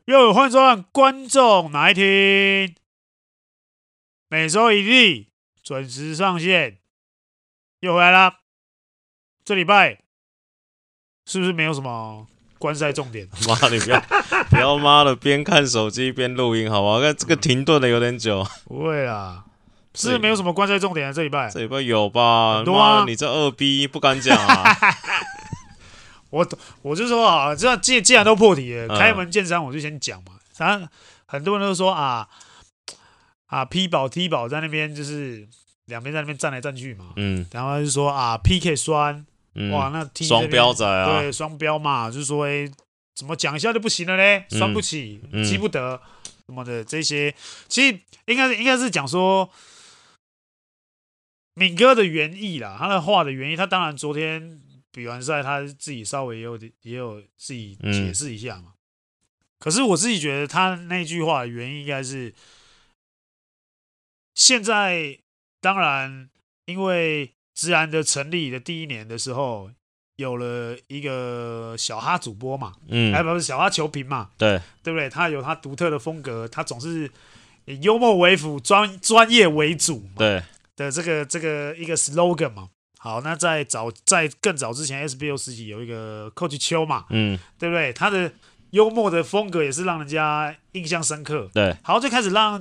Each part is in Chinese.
又有欢迎收看观众哪一听，每周一例准时上线，又回来啦。这礼拜是不是没有什么观赛重点？ 妈，你不要妈的边看手机边录音好吗？这个停顿的有点久。 不会啦，是不是没有什么观赛重点啊？这礼拜有吧？ 很多啊， 你这2B 不敢讲啊。 我就说啊，这既然都破题了，开门见山我就先讲嘛。反正很多人都说P 宝 T 宝在那边就是两边在那边站来站去嘛，然后就说PK 酸，哇那 T 双标仔啊， 对双标嘛，就是说怎么讲一下就不行了嘞，酸不起，激不得什么的这些，其实应该是讲说敏哥的原意啦，他的话的原意，他当然昨天比完赛，他自己稍微也有自己解释一下嘛。可是我自己觉得他那句话的原因应该是，现在当然因为职篮的成立的第一年的时候，有了一个小哈主播嘛，不是小哈球评嘛， 对不对？他有他独特的风格，他总是以幽默为辅，专业为主嘛， 对的这个一个 slogan 嘛。好，那在更早之前 SBO 时期有一个 Coach 邱嘛，对不对？他的幽默的风格也是让人家印象深刻。 对， 好，就开始让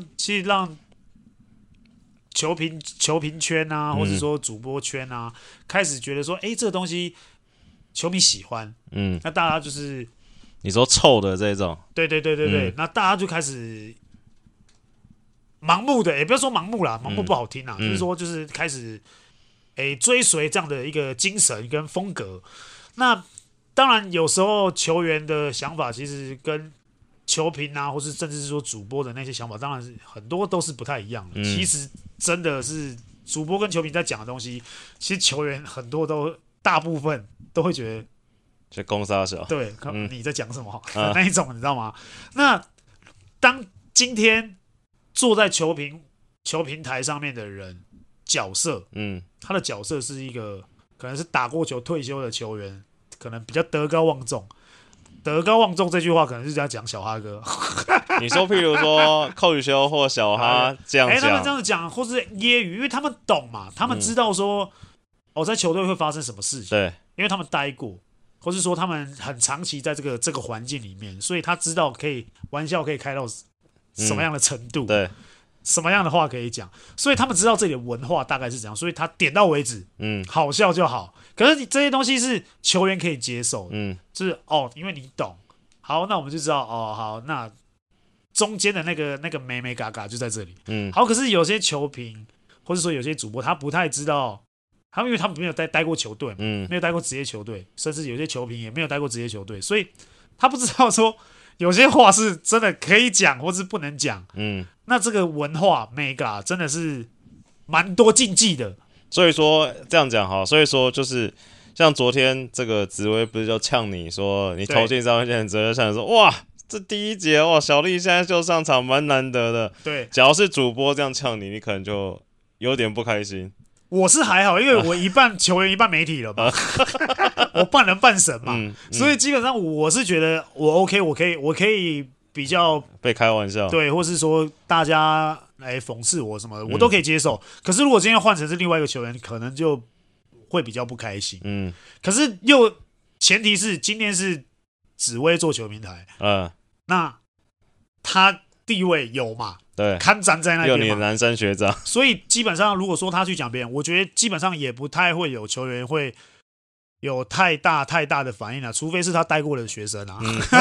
球评圈啊，或者说主播圈啊，开始觉得说，这个东西球迷喜欢，那大家就是你说臭的这种， 对，那大家就开始盲目的，也不要说盲目啦，盲目不好听啊，就是说就是开始追随这样的一个精神跟风格。那当然有时候球员的想法其实跟球评啊，或是甚至是说主播的那些想法，当然是很多都是不太一样的。其实真的是主播跟球评在讲的东西，其实球员很多大部分都会觉得就攻杀小， 对，你在讲什么那一种，你知道吗？那当今天坐在球评台上面的人角色，他的角色是一个可能是打过球退休的球员，可能比较德高望重。德高望重这句话可能是在讲小哈哥。 你说，譬如说寇宇修或小哈这样讲， 他们这样子讲，或是揶揄，因为他们懂嘛，他们知道说，在球队会发生什么事情， 对， 因为他们待过，或是说他们很长期在这个环境里面，所以他知道玩笑可以开到什么样的程度， 对。 什么样的话可以讲，所以他们知道这里的文化大概是怎样，所以他点到为止，好笑就好。可是这些东西是球员可以接受的，就是因为你懂，好，那我们就知道好，那中间的那个美美嘎嘎就在这里，好。可是有些球评或者说有些主播他不太知道，因为他们没有待过球队，没有待过职业球队，甚至有些球评也没有待过职业球队，所以他不知道说有些话是真的可以讲或是不能讲，那这个文化 mega 真的是蛮多禁忌的。 所以说这样讲好，所以说就是像昨天这个紫薇不是就呛你说你投进3分线，紫薇就呛你说哇，这第一节哇，小丽现在就上场蛮难得的。 对， 假如是主播这样呛你，你可能就有点不开心。 我是还好，因为我一半球员一半媒体了嘛，我半人半神嘛，所以基本上我是觉得我 OK， 我可以比较被开玩笑， 对，或是说大家来讽刺我什么的，我都可以接受。可是如果今天换成是另外一个球员，可能就会比较不开心。可是又前提是今天是紫薇做球评台，那他地位有嘛？ 对， 看站在那边嘛， 有你的男生学长， 所以基本上如果说他去讲别人，我觉得基本上也不太会有球员会有太大的反应啊，除非是他带过的学生啊。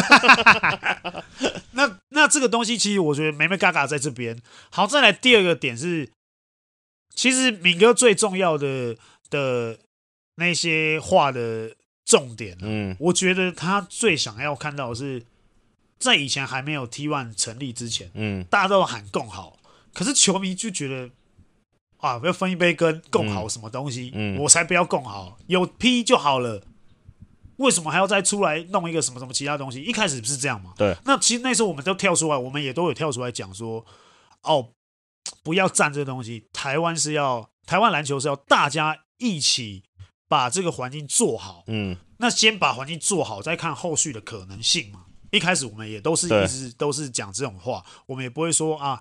那这个东西其实我觉得美美嘎嘎在这边。好，再来第二个点是，其实敏哥最重要的那些话的重点，我觉得他最想要看到的是，在以前还没有 T1 成立之前，大家都喊共好，可是球迷就觉得要分一杯羹，共好什么东西，我才不要共好，有 P 就好了。为什么还要再出来弄一个什么其他东西？一开始不是这样嘛？ 对。 那其实那时候我们都跳出来，我们也都有跳出来讲说，不要占这个东西。台湾篮球是要大家一起把这个环境做好。那先把环境做好，再看后续的可能性嘛。 一开始我们也都是一直都是讲这种话，我们也不会说啊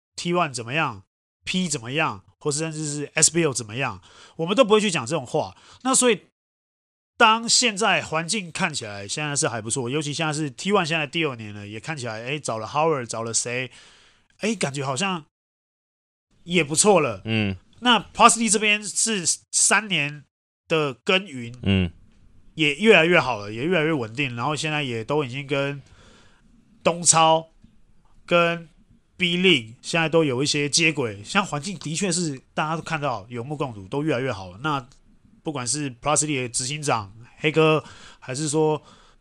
T1 怎么样 ，P 怎么样，或是甚至是 SBL 怎么样，我们都不会去讲这种话。那所以当现在环境看起来现在是还不错，尤其现在是 T1 现在第2年了，也看起来找了 Howard 找了谁，感觉好像也不错了。那 Parsley 这边是3年的耕耘，也越来越好了，也越来越稳定，然后现在也都已经跟东超跟 B League 现在都有一些接轨，像环境的确是大家都看到有目共睹，都越来越好了。那不管是 Parsley 的执行长黑哥，还是说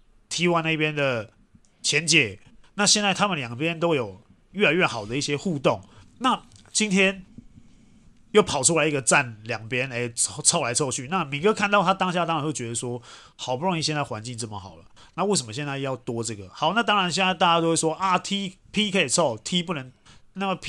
T1 那边的钱姐，那现在他们两边都有越来越好的一些互动。那今天又跑出来一个站两边，凑来凑去。那敏哥看到他当下当然会觉得说，好不容易现在环境这么好了，那为什么现在要多这个？好，那当然现在大家都会说啊 ，P 可以凑 ，T 不能，那么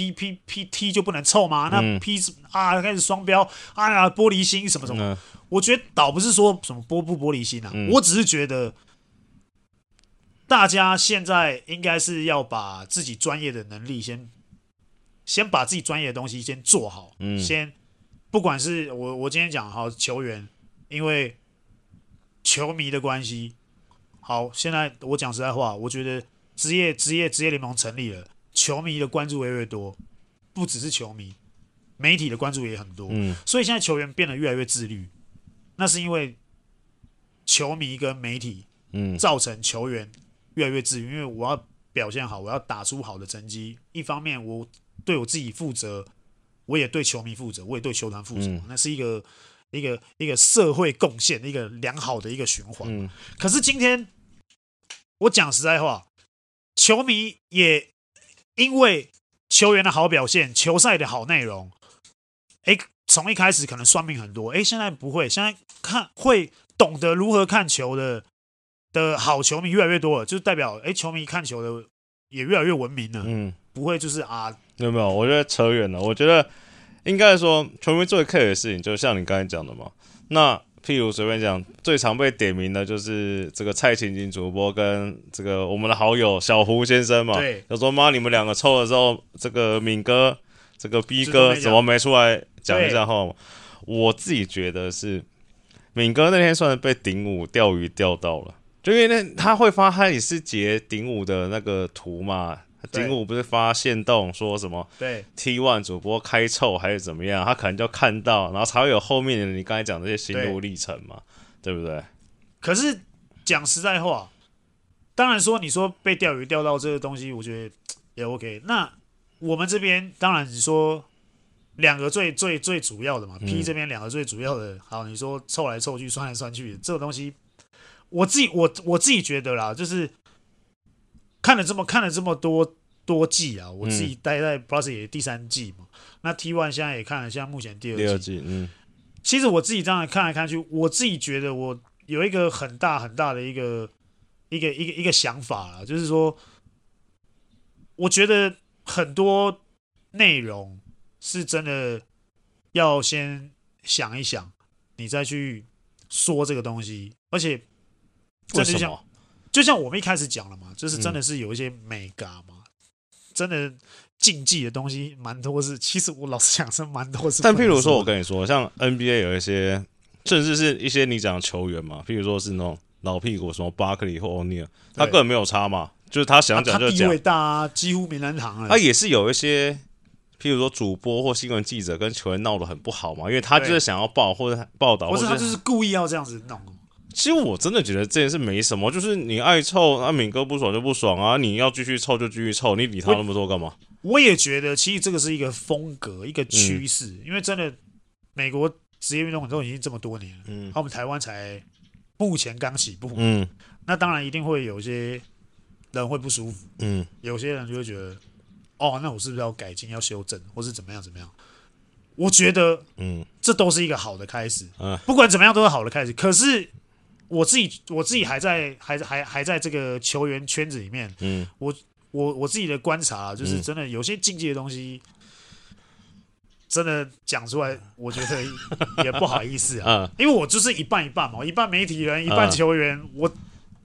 T 就不能凑吗？那 P 开始双标，玻璃心什么什么。我觉得倒不是说什么不玻璃心啊，我只是觉得大家现在应该是要把自己专业的能力先把自己专业的东西先做好，先不管是我今天讲好球员，因为球迷的关系，好，现在我讲实在话，我觉得职业联盟成立了，球迷的关注越来越多，不只是球迷，媒体的关注也很多，所以现在球员变得越来越自律，那是因为球迷跟媒体造成球员越来越自律，因为我要表现好，我要打出好的成绩，一方面我对我自己负责，我也对球迷负责，我也对球团负责，那是一个社会贡献，一个良好的一个循环。可是今天我讲实在话，球迷也因为球员的好表现、球赛的好内容，从一开始可能算命很多，现在不会，现在会懂得如何看球的好球迷越来越多了，就是代表球迷看球的也越来越文明了，不会就是没有，我觉得扯远了。我觉得应该说，球迷最 care 的事情，就像你刚才讲的嘛。那譬如随便讲，最常被点名的就是这个蔡琴琴主播跟这个我们的好友小胡先生嘛。 对， 就说妈，你们两个抽的时候，这个敏哥、这个 B 哥怎么没出来讲一下话？我自己觉得是敏哥那天算是被顶武钓鱼钓到了，就因为他会发，他也是截顶武的那个图嘛。顶武不是发限动说什么对 T1 主播开臭还是怎么样，他可能就看到，然后才会有后面的你刚才讲这些心路历程嘛， 对不对？ 可是讲实在话，当然说你说被钓鱼钓到这个东西，我觉得也 OK。那我们这边当然你说两个最主要的嘛，P 这边两个最主要的，好，你说凑来凑去、算来算去，这个东西，我自己觉得啦，就是看了这么多季啊，我自己待在 Plus 也第3季嘛，那 T1 现在也看了，现在目前第二季，其实我自己这样看来看去，我自己觉得我有一个很大的一个想法啦，就是说，我觉得很多内容是真的要先想一想，你再去说这个东西，而且真的就像我们一开始讲了嘛，就是真的是有一些美感嘛，真的竞技的东西蛮多是，其实我老实讲是蛮多是。 但譬如说，我跟你说，像 NBA 有一些，甚至是一些你讲的球员嘛，譬如说是那种老屁股，什么巴克利或欧尼尔，他根本没有差嘛，就是他想讲就讲， 他地位大啊，几乎名人堂了。 他也是有一些，譬如说主播或新闻记者跟球员闹得很不好嘛，因为他就是想要或者报道， 或者他就是故意要这样子弄。 其实我真的觉得这件事没什么，就是你爱凑，敏哥不爽就不爽啊，你要继续凑就继续凑，你理他那么多干嘛？ 我也觉得，其实这个是一个风格，一个趋势，因为真的美国职业运动都已经这么多年了，我们台湾才目前刚起步，那当然一定会有些人会不舒服，有些人就会觉得，那我是不是要改进、要修正，或是怎么样？我觉得，这都是一个好的开始，不管怎么样都是好的开始。可是我自己还在这个球员圈子里面，我自己的观察就是真的有些竞技的东西，真的讲出来，我觉得也不好意思啊，因为我就是一半一半嘛，一半媒体人，一半球员，我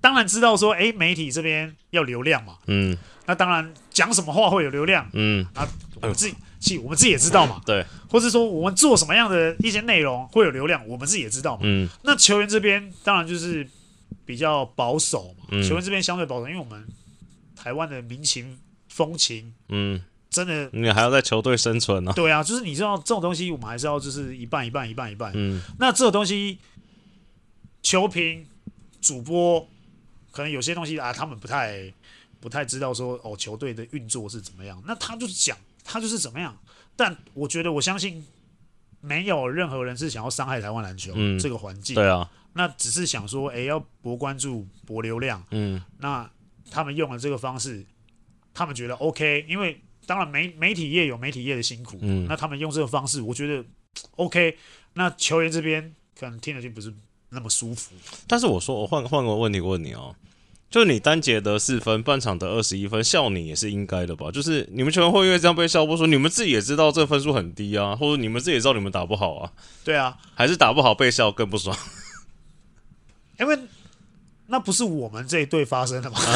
当然知道说，媒体这边要流量嘛，那当然讲什么话会有流量，我们自己也知道嘛， 对， 或是说我们做什么样的一些内容会有流量，我们自己也知道嘛，那球员这边当然就是比较保守嘛，球员这边相对保守，因为我们台湾的民情风情，真的， 你还要在球队生存呢、 对啊，就是你知道这种东西，我们还是要就是一半。那这种东西，球评、主播可能有些东西啊，他们不太知道说球队的运作是怎么样。那他就是讲他就是怎么样，但我相信没有任何人是想要伤害台湾篮球这个环境。 对啊， 那只是想说，要博关注、博流量。那他们用了这个方式，他们觉得 OK， 因为当然媒体业有媒体业的辛苦，那他们用这个方式，我觉得 OK。那球员这边可能听了就不是那么舒服。 但是我换个问题问你哦，就是你单节得4分，半场得21分，笑你也是应该的吧？就是你们球员会因为这样被笑，不说你们自己也知道这个分数很低啊，或者你们自己也知道你们打不好啊。 对啊， 还是打不好被笑更不爽。 因为那不是我们这一队发生的嘛？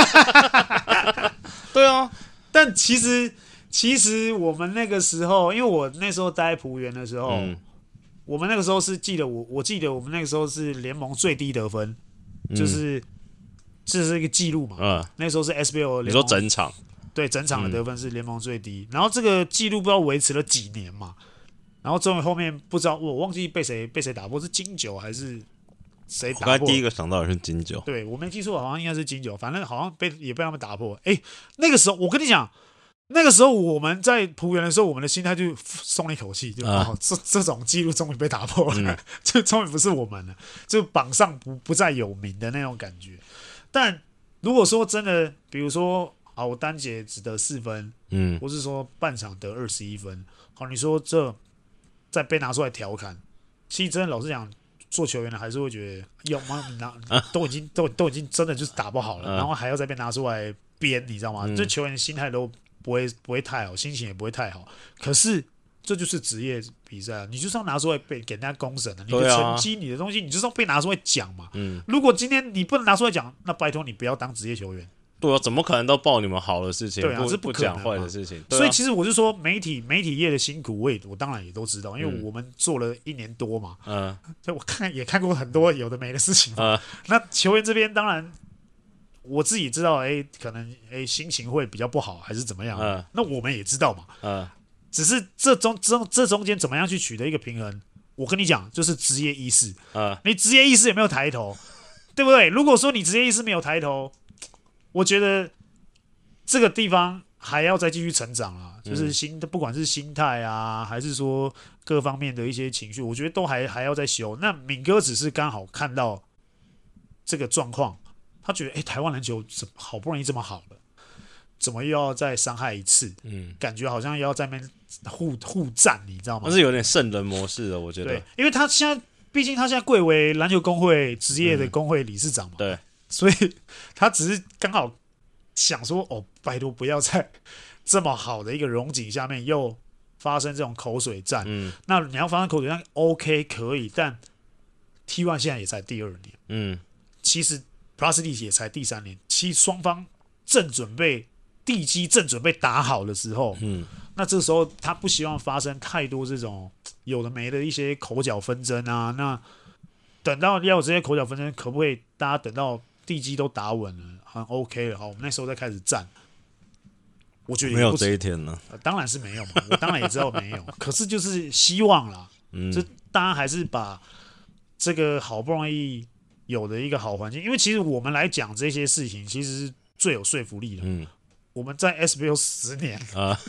对啊， 但其实我们那个时候，因为我那时候待璞园的时候，我们那个时候是我记得我们那个时候是联盟最低得分，就是这是一个记录嘛。那时候是 SBL 联盟， 你说整场？ 对，整场的得分是联盟最低。然后这个记录不知道维持了几年嘛，然后终于后面不知道我忘记被谁打破，是金九还是谁打破？ 我刚才第一个想到的是金九， 对我没记错，好像应该是金九，反正好像也被他们打破。那个时候我跟你讲，那个时候我们在璞园的时候，我们的心态就松了一口气，就这种记录终于被打破了，就终于不是我们了，就榜上不再有名的那种感觉。但如果说真的，比如说我单节只得4分，或是说半场得21分，你说这再被拿出来调侃，其实真的老实讲。做球员的还是会觉得，都已经真的就是打不好了，然后还要再被拿出来编，你知道吗？这球员的心态都不会太好，心情也不会太好。可是这就是职业比赛，你就是要拿出来给人家公审的，你的成绩、你的东西，你就是要被拿出来讲嘛。如果今天你不能拿出来讲，那拜托你不要当职业球员。 对啊，怎么可能都报你们好的事情， 对啊，是不讲坏的事情。 所以其实我就说，媒体业的辛苦，我当然也都知道，因为我们做了1年多嘛，所以我也看过很多有的没的事情。那球员这边当然我自己知道，可能心情会比较不好，还是怎么样？那我们也知道嘛，只是这中间怎么样去取得一个平衡？我跟你讲，就是职业意识。你职业意识有没有抬头？对不对？如果说你职业意识没有抬头，我觉得这个地方还要再继续成长啊，就是不管是心态啊，还是说各方面的一些情绪，我觉得都还要再修。那敏哥只是刚好看到这个状况，他觉得台湾篮球好不容易这么好了，怎么又要再伤害一次？感觉好像要在那边互战，你知道吗？ 那是有点圣人模式的，我觉得。 对，因为他现在毕竟他现在贵为篮球工会职业的工会理事长嘛。 对。 所以他只是刚好想说，拜托不要在这么好的一个荣景下面又发生这种口水战。那你要发生口水战 ，OK 可以，但 T1 现在也才第2年。其实 Plus 也才第3年，其实双方地基正准备打好的时候，那这个时候他不希望发生太多这种有的没的一些口角纷争啊。那等到要有这些口角纷争，可不可以大家等到地基都打稳了，很 OK 了，好，我们那时候再开始战。我觉得没有这一天呢， 当然是没有嘛，我当然也知道没有，可是就是希望啦，就大家还是把这个好不容易有的一个好环境，因为其实我们来讲这些事情，其实是最有说服力的。我们在 SBL 10年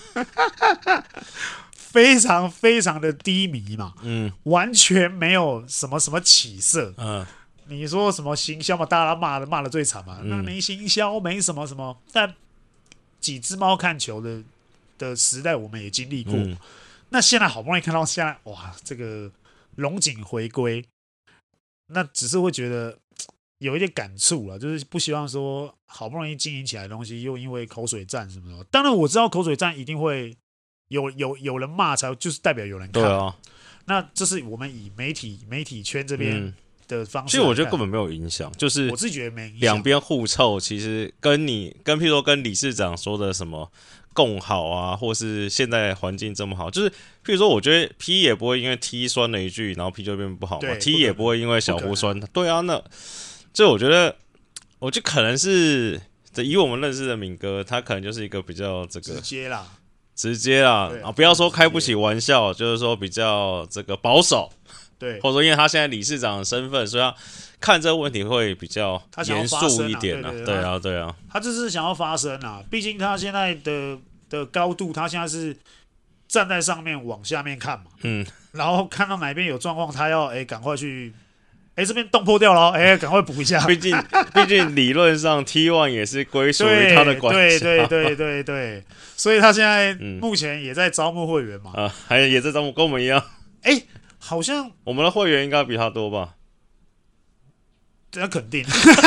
非常非常的低迷嘛，完全没有什么起色。你说什么行销嘛，大家骂的最惨嘛，那没行销，没什么，但几只猫看球的时代我们也经历过。那现在好不容易看到现在，哇，这个龙井回归，那只是会觉得有一点感触了，就是不希望说好不容易经营起来的东西，又因为口水战什么的。当然我知道口水战一定会有人骂才就是代表有人看。 对啊， 那这是我们以媒体圈这边的方式。 其实我觉得根本没有影响，就是我自己觉得没影响。 两边互凑，其实譬如说跟理事长说的什么共好啊，或是现在环境这么好，就是譬如说，我觉得 P 也不会因为 T 酸了一句，然后 P 就变不好嘛 ，T 也不会因为小胡酸，对啊，那就我觉得可能是以我们认识的敏哥，他可能就是一个比较这个直接啦，不要说开不起玩笑，就是说比较这个保守。 对， 或者说因为他现在理事长的身份，所以他看这个问题会比较严肃一点啊。对啊， 他就是想要发声啊，毕竟他现在的高度，他现在是站在上面往下面看嘛，然后看到哪边有状况，他要赶快去，这边洞破掉了，赶快补一下。 毕竟理论上 T1 也是归属于他的管辖， 对，所以他现在目前也在招募会员嘛， 还也在招募，跟我们一样。 好像我们的会员应该比他多吧？ 这肯定。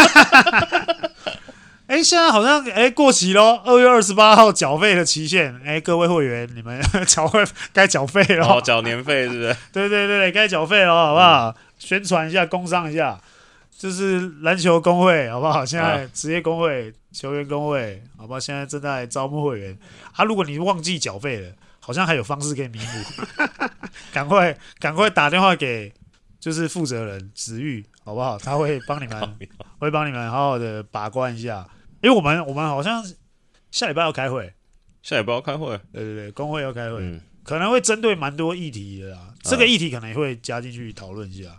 现在好像过期咯，2月28号缴费的期限，各位会员，你们该缴费了， 缴年费是不是？ 对，该缴费了，好不好？宣传一下，工商一下，就是篮球工会，好不好？现在职业工会、球员工会，好不好？现在正在招募会员啊，如果你忘记缴费了，好像还有方式可以弥补。赶快打电话给就是负责人子玉，好不好？他会帮你们好好的把关一下，因为我们好像下礼拜要开会，对，工会要开会，可能会针对蛮多议题的啦，这个议题可能也会加进去讨论一下。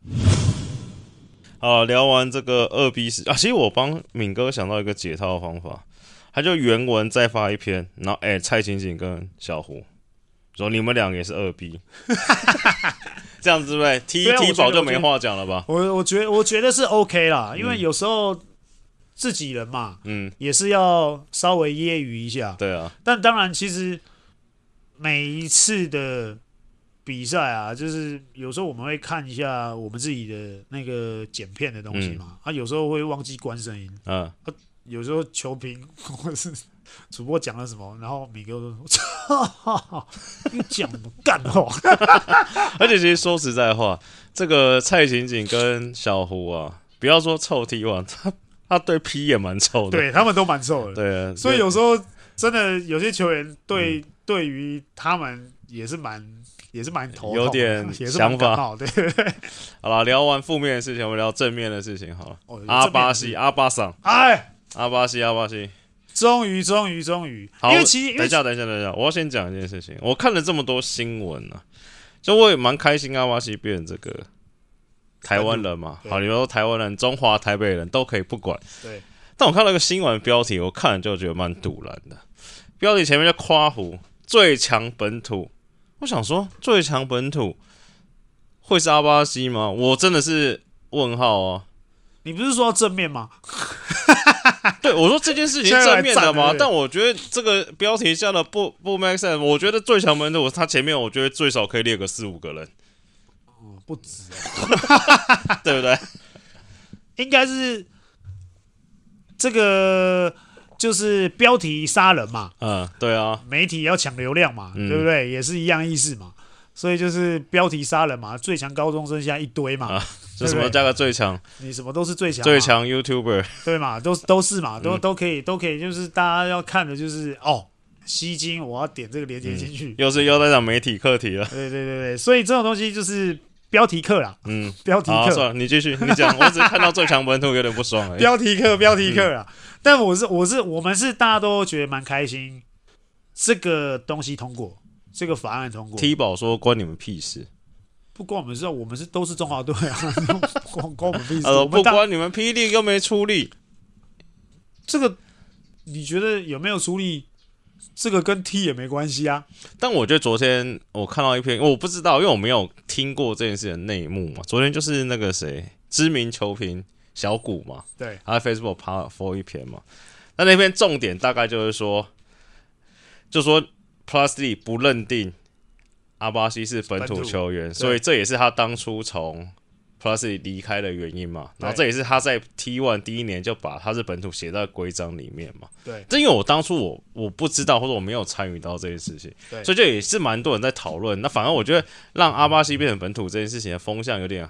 好，聊完这个2B4啊，其实我帮敏哥想到一个解套的方法，他就原文再发一篇，然后蔡琴琴跟小胡说你们两个也是2B， 这样子对不对？T 宝就没话讲了吧？ 我觉得是 OK 啦，因为有时候自己人嘛，也是要稍微揶揄一下。 对啊， 但当然，其实每一次的比赛啊，就是有时候我们会看一下我们自己的那个剪片的东西嘛，有时候会忘记关声音，有时候球评或者是主播讲了什么，然后米哥说：“操，你讲什么干话？” 而且其实说实在话，这个蔡琴琴跟小胡啊，不要说臭 T1， 他对 P 也蛮臭的， 对他们都蛮臭的。 对啊， 所以有时候真的有些球员对于他们也是蛮头痛， 有点想法。 对。 好了，聊完负面的事情，我们聊正面的事情好了。阿巴桑，阿巴西。 终于， 好， 因为其实等一下，我要先讲一件事情。我看了这么多新闻啊，就我也蛮开心，阿巴西变成这个台湾人嘛。好，你说台湾人、中华台北人都可以不管。 对。 但我看到一个新闻标题，我看了就觉得蛮堵然的。标题前面叫夸胡最强本土，我想说最强本土会是阿巴西吗？我真的是问号啊！ 你不是说正面吗？ 对，我说这件事情正面的嘛，但我觉得这个标题下的不 make sense。我觉得最强本土，他前面我觉得最少可以列个4-5个人， 不止对不对？ 应该是这个就是标题杀人嘛， 对啊， 媒体要抢流量嘛，对不对？也是一样意思嘛。所以就是标题杀人嘛，最强高中生现在一堆嘛， 就什么加个最强， 你什么都是最强， 最强 YouTuber， 对嘛，都是嘛，都可以，就是大家要看的就是吸睛，我要点这个连接进去， 又在讲媒体课题了， 对，所以这种东西就是标题课啦，标题课， 算了，你继续，你讲，我只是看到最强本土有点不爽而已， 标题课啦，但我们是大家都觉得蛮开心，这个东西通过。这个法案通过 ，T 宝说关你们屁事， 不关我们事，我们都是中华队啊，关我们屁事。 不关你们霹雳又没出力， 这个你觉得有没有出力？这个跟 T 也没关系啊。 但我觉得昨天我看到一篇，我不知道，因为我没有听过这件事的内幕嘛。昨天就是那个谁，知名球评小谷嘛， 对， 他在 Facebook 发一篇嘛。那篇重点大概就是说Plus D 不认定阿巴西是本土球员，所以这也是他当初从 Plus D 离开的原因嘛。然后这也是他在 T1 第一年就把他是本土写在规章里面嘛。 对， 这因为我当初我不知道或者我没有参与到这件事情，所以就也是蛮多人在讨论。那反而我觉得让阿巴西变成本土这件事情的风向有点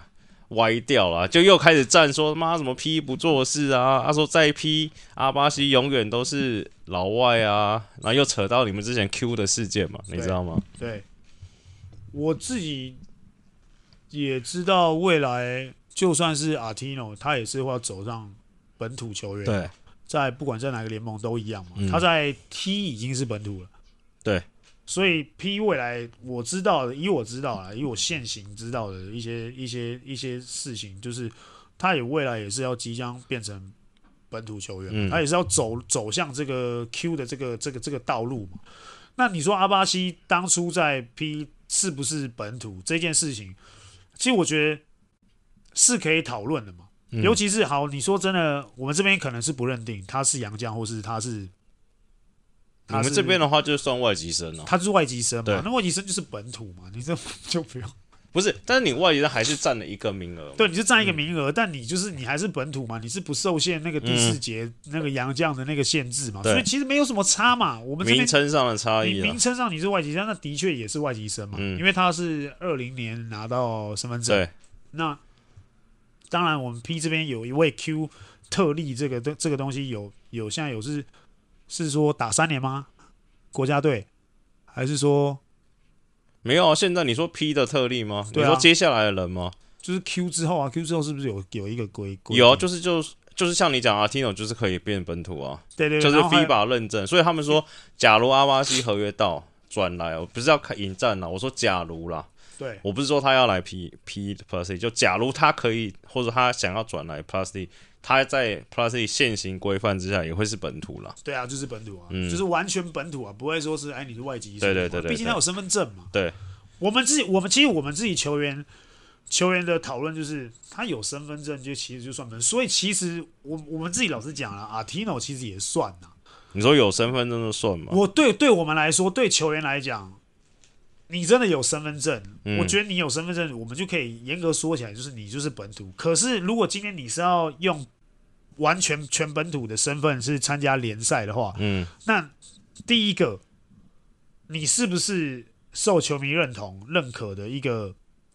歪掉了，就又开始站说妈什么 P 不做事啊，他说再 P 阿巴西永远都是老外啊，然后又扯到你们之前 Q 的事件嘛，你知道吗？ 对，我自己也知道未来就算是 Artino， 他也是会要走上本土球员， 对， 在不管在哪个联盟都一样嘛，他在 T 已经是本土了， 对。 所以 P 未来我知道的，以我现行知道的一些事情，就是他也未来也是要即将变成本土球员，他也是要走向这个 Q 的这个道路嘛。那你说阿巴西当初在 P 是不是本土这件事情，其实我觉得是可以讨论的嘛。尤其是好，你说真的，我们这边可能是不认定他是洋将，或是他是。 你们这边的话就算外籍生了， 他就是外籍生嘛，那外籍生就是本土嘛，你这就不用。 不是，但是你外籍生还是占了一个名额， 对，你是占一个名额，但你还是本土嘛，你是不受限那个第4节那个洋将的那个限制嘛，所以其实没有什么差嘛。我们这边名称上的差异， 名称上你是外籍生，那的确也是外籍生嘛，因为他是20年拿到身份证。 对， 那当然我们 P 这边有一位 Q 特例，这个东西有现在有是说打3年吗？国家队还是说没有啊？现在你说 P 的特例吗？ 对啊， 你说接下来的人吗？ 就是 Q 之后啊 ，Q 之后是不是有一个规？ 有啊，就是像你讲Artino就是可以变本土啊， 对， 就是 FIBA 认证，所以他们说，假如阿巴西合约到转来，我不是要引战啦，我说假如啦， 对， 我不是说他要来 P Plus D， 就假如他可以或者他想要转来 Plus D。他在 Plus D 现行规范之下也会是本土啦。 对啊，就是本土啊，就是完全本土啊，不会说是你是外籍生。 对， 毕竟他有身份证嘛。 对， 我们自己球员的讨论就是他有身份证就其实就算本土，所以其实我们自己老实讲啦 ，Artino 其实也算啦。 你说有身份证就算吗？ 对我们来说，对球员来讲，你真的有身份证，我觉得你有身份证，我们就可以严格说起来，就是你就是本土。可是如果今天你是要用完全全本土的身份是参加联赛的话，那第一个，你是不是受球迷认可的一个，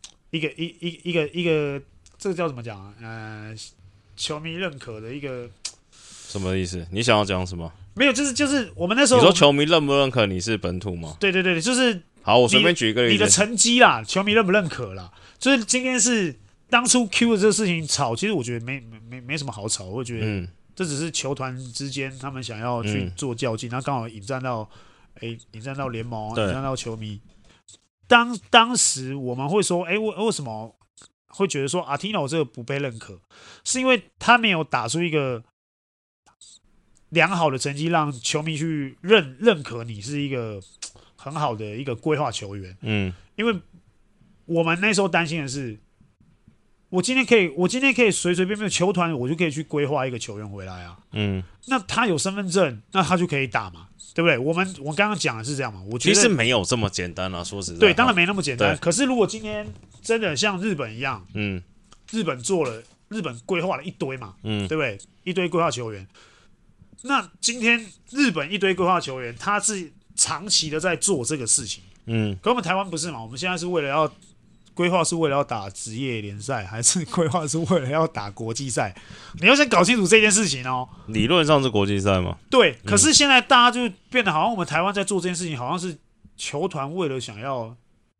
这个叫怎么讲啊？球迷认可的一个什么意思？你想要讲什么？ 没有，就是我们那时候你说球迷认不认可你是本土吗？ 对，就是好，我随便举一个例子， 你的成绩啦，球迷认不认可啦？就是今天是。当初 Q 的这个事情吵，其实我觉得没什么好吵，我觉得这只是球团之间他们想要去做较劲，然后刚好引战到联盟，引战到球迷。当时我们会说，为什么会觉得说 Artino 这个不被认可，是因为他没有打出一个良好的成绩，让球迷去认可你是一个很好的一个规划球员。因为我们那时候担心的是。我今天可以随随便便球团，我就可以去规划一个球员回来啊。那他有身份证，那他就可以打嘛，对不对？我刚刚讲的是这样嘛。我觉得其实没有这么简单啊，说实在。 对，当然没那么简单。可是如果今天真的像日本一样，日本规划了一堆嘛，对不对？一堆规划球员。那今天日本一堆规划球员，他是长期的在做这个事情。可我们台湾不是嘛？我们现在是为了要。规划是为了要打职业联赛，还是规划是为了要打国际赛？你要先搞清楚这件事情哦。 理论上是国际赛吗？ 对，可是现在大家就变得好像我们台湾在做这件事情，好像是球团为了想要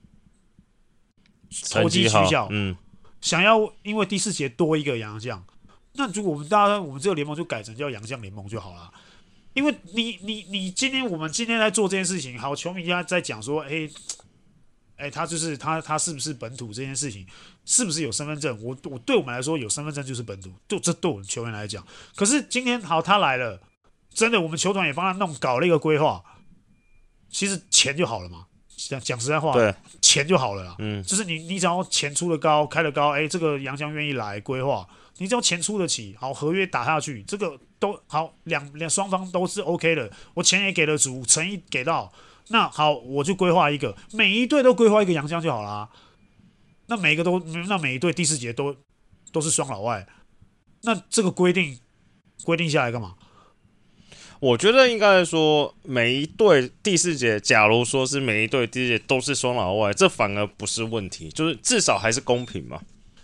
投机取巧，想要因为第4节多一个洋将，那如果我们这个联盟就改成叫洋将联盟就好了。因为我们今天在做这件事情，好，球迷家在讲说，他就是他是不是本土这件事情，是不是有身份证？我对我们来说，有身份证就是本土，这对我们球员来讲。可是今天好，他来了，真的，我们球团也帮他搞了一个规划，其实钱就好了嘛。讲实在话， 对， 钱就好了啦。就是你只要钱出的高，开的高，这个洋将愿意来规划，你只要钱出得起，好，合约打下去，这个都好，双方都是 OK 的，我钱也给得足，诚意给到。那好，我就规划一个，每一队都规划一个洋将就好啦。那每一队第4节都是双老外，那这个规定下来干嘛？ 我觉得应该说，每一队第4节，假如说是每一队第4节都是双老外，这反而不是问题，就是至少还是公平嘛。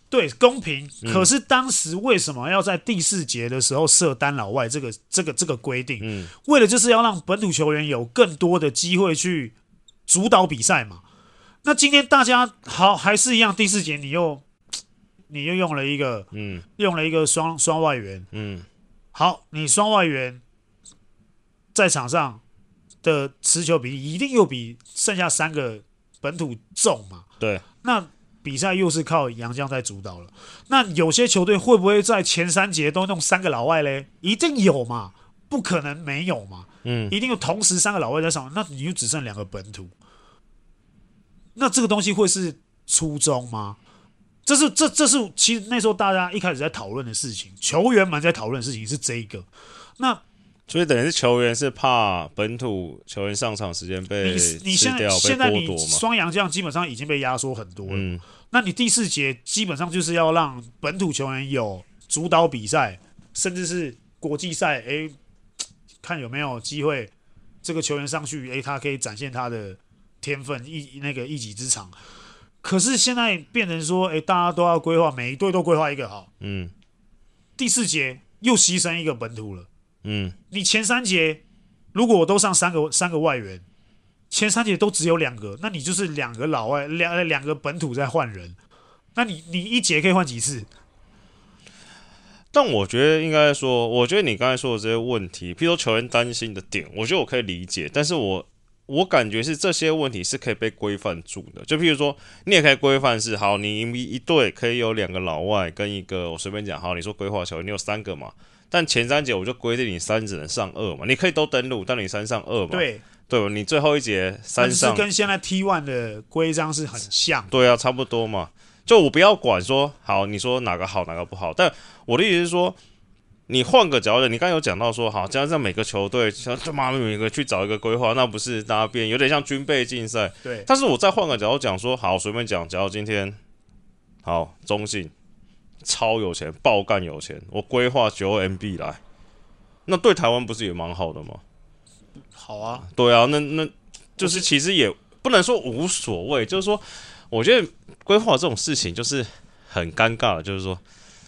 对，公平。可是当时为什么要在第4节的时候设单老外这个规定？为了就是要让本土球员有更多的机会去主导比赛嘛。那今天大家好还是一样，第4节你又用了一个双外援，好，你双外援在场上的持球比例一定又比剩下3个本土重嘛？ 对， 那比赛又是靠洋将在主导了。那有些球队会不会在前3节都弄3个老外嘞？一定有嘛，不可能没有嘛。一定有同时3个老外在上，那你就只剩2个本土。那这个东西会是初衷吗？这是其实那时候大家一开始在讨论的事情，球员们在讨论的事情是这一个。那所以等于是球员是怕本土球员上场时间被吃掉、被剥夺嘛？ 双洋将基本上已经被压缩很多了。那你第4节基本上就是要让本土球员有主导比赛，甚至是国际赛，看有没有机会这个球员上去，他可以展现他的天分，一己之长。可是现在变成说，大家都要规划，每一队都规划一个好。第4节又牺牲一个本土了。你前3节如果我都上三个外援，前3节都只有2个，那你就是2个老外，两个本土在换人，那你1节可以换几次？ 但我觉得应该说，我觉得你刚才说的这些问题，譬如说球员担心的点，我觉得我可以理解，但是我感觉是这些问题是可以被规范住的。就譬如说，你也可以规范是，好，你一队可以有2个老外跟一个，我随便讲，好，你说规划球员你有3个嘛，但前3节我就规定你3只能上2嘛，你可以都登录，但你3上2嘛。对，你最后一节3上， 是跟现在 T1 的规章是很像。 对啊，差不多嘛。就我不要管说，好，你说哪个好哪个不好，但我的意思是说，你换个角度，你刚刚有讲到说，好，这样让每个球队像他妈每个去找一个规划，那不是大家变有点像军备竞赛。 对。 但是我再换个角度讲说，好，随便讲，假如今天好中信超有钱，爆干有钱，我规划9MB 来，那对台湾不是也蛮好的吗？ 好啊。 对啊，那就是其实也不能说无所谓，就是说，我觉得规划这种事情就是很尴尬的，就是说。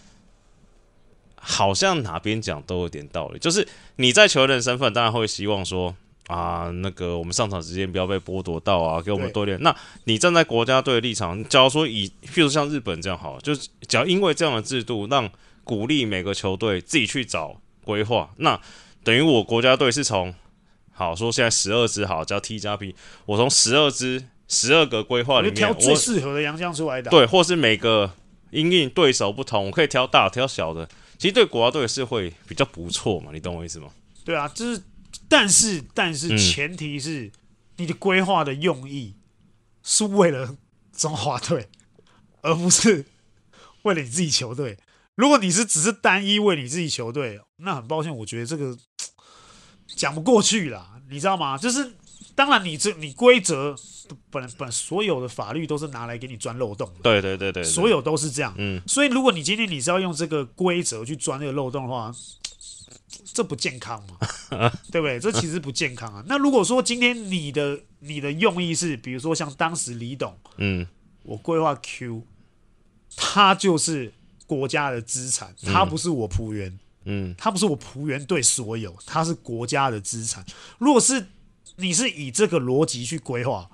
好像哪边讲都有点道理，就是你在球员的身份，当然会希望说啊，那个我们上场时间不要被剥夺到啊，给我们多练。那你站在国家队的立场，假如说譬如像日本这样好，就是只要因为这样的制度，让鼓励每个球队自己去找规划，那等于我国家队是从好说现在12支好，叫 T 加 P， 我从12个规划里面， 挑最适合的洋将出来打， 对，或是每个因应对手不同，我可以挑大挑小的。其实对国家队是会比较不错嘛，你懂我意思吗？ 对啊，就是但是前提是你的规划的用意是为了中华队，而不是为了你自己球队。如果你只是单一为你自己球队，那很抱歉，我觉得这个讲不过去啦，你知道吗？就是当然你规则本所有的法律都是拿来给你钻漏洞的，对， 所有都是这样。所以如果你今天你是要用这个规则去钻这个漏洞的话，这不健康嘛，对不对？这其实不健康啊。那如果说今天你的用意是，比如说像当时李董，我规划 Q， 他就是国家的资产，他不是我璞园，他不是我璞园队所有，他是国家的资产。如果是你是以这个逻辑去规划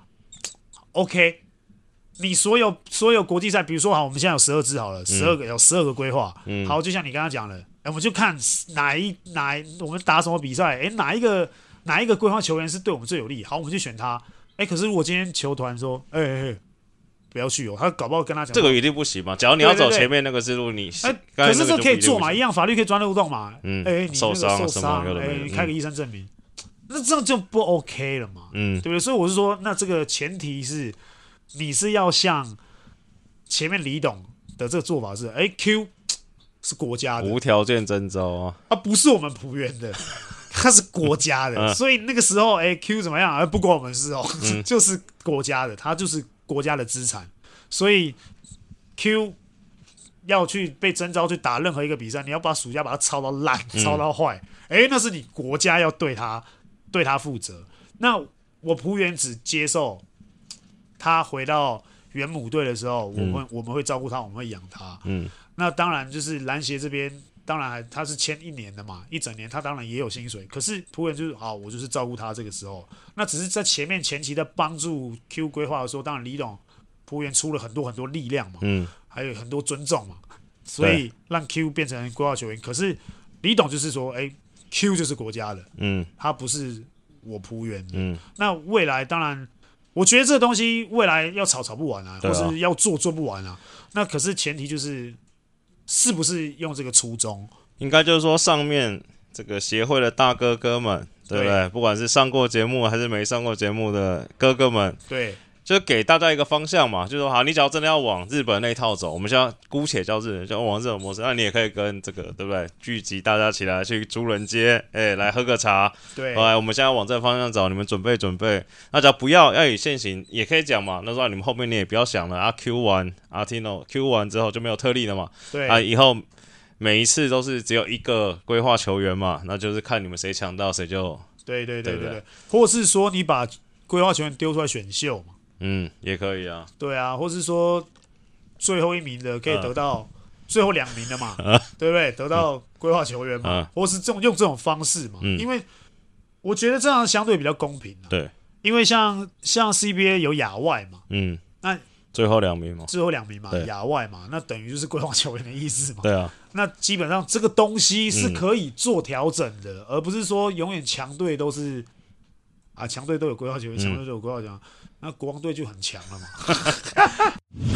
，OK， 你所有国际赛，比如说好，我们现在有12支好了，12个规划，好，就像你刚刚讲的，我们就看我们打什么比赛，哪一个规划球员是对我们最有利，好，我们就选他。可是如果今天球团说，不要去哦，他搞不好跟他讲， 这个一定不行嘛。假如你要走前面那个之路，你可是这可以做嘛，一样法律可以钻漏洞嘛。你受伤什么你开个医生证明。那这样就不 OK 了嘛，对不对？所以我是说，那这个前提是你是要像前面李董的这个做法是，Q 是国家的， 无条件征召啊，不是我们璞园的，它是国家的，所以那个时候Q 怎么样，不关我们事哦，就是国家的，它就是国家的资产，所以 Q 要去被征召去打任何一个比赛，你要把暑假把它操到烂，操到坏，那是你国家要对他负责。那我璞园只接受他回到原母队的时候，我们会照顾他，我们会养他。那当然就是篮协这边，当然他是签1年的嘛，一整年他当然也有薪水。可是仆人就是好，我就是照顾他这个时候，那只是在前期的帮助 Q 规划的时候，当然李董仆人出了很多力量嘛，还有很多尊重嘛，所以让 Q 变成规划球员。可是李董就是说，Q 就是国家的，他不是我仆员的。那未来当然，我觉得这个东西未来要吵不完啊，或是要做不完啊。那可是前提是不是用这个初衷？ 应该就是说上面这个协会的大哥哥们，对不对？不管是上过节目还是没上过节目的哥哥们， 对。 就给大家一个方向嘛，就是说好，你只要真的要往日本那一套走，我们现在姑且叫日本，就往日本模式，那你也可以跟这个对不对？聚集大家起来去竹人街，来喝个茶， 对， 来，我们现在往这个方向走，你们准备。那只要不要以现行，也可以讲嘛。那时候你们后面你也不要想了啊 ，Q 完阿 Tino Q 完之后就没有特例了嘛， 对啊，以后每一次都是只有一个规划球员嘛，那就是看你们谁抢到谁就对，或是说你把规划球员丢出来选秀嘛。 也可以啊。 对啊，或是说最后1名的可以得到最后2名的嘛，对不对？得到规划球员嘛，或是用这种方式嘛，因为我觉得这样相对比较公平啊。 对， 因为像 CBA 有亚外嘛，那最后2名嘛， 亚外嘛，那等于就是规划球员的意思嘛。 对啊， 那基本上这个东西是可以做调整的，而不是说永远强队都是强队都有规划球员，强队都有规划球员。那国王队就很强了嘛。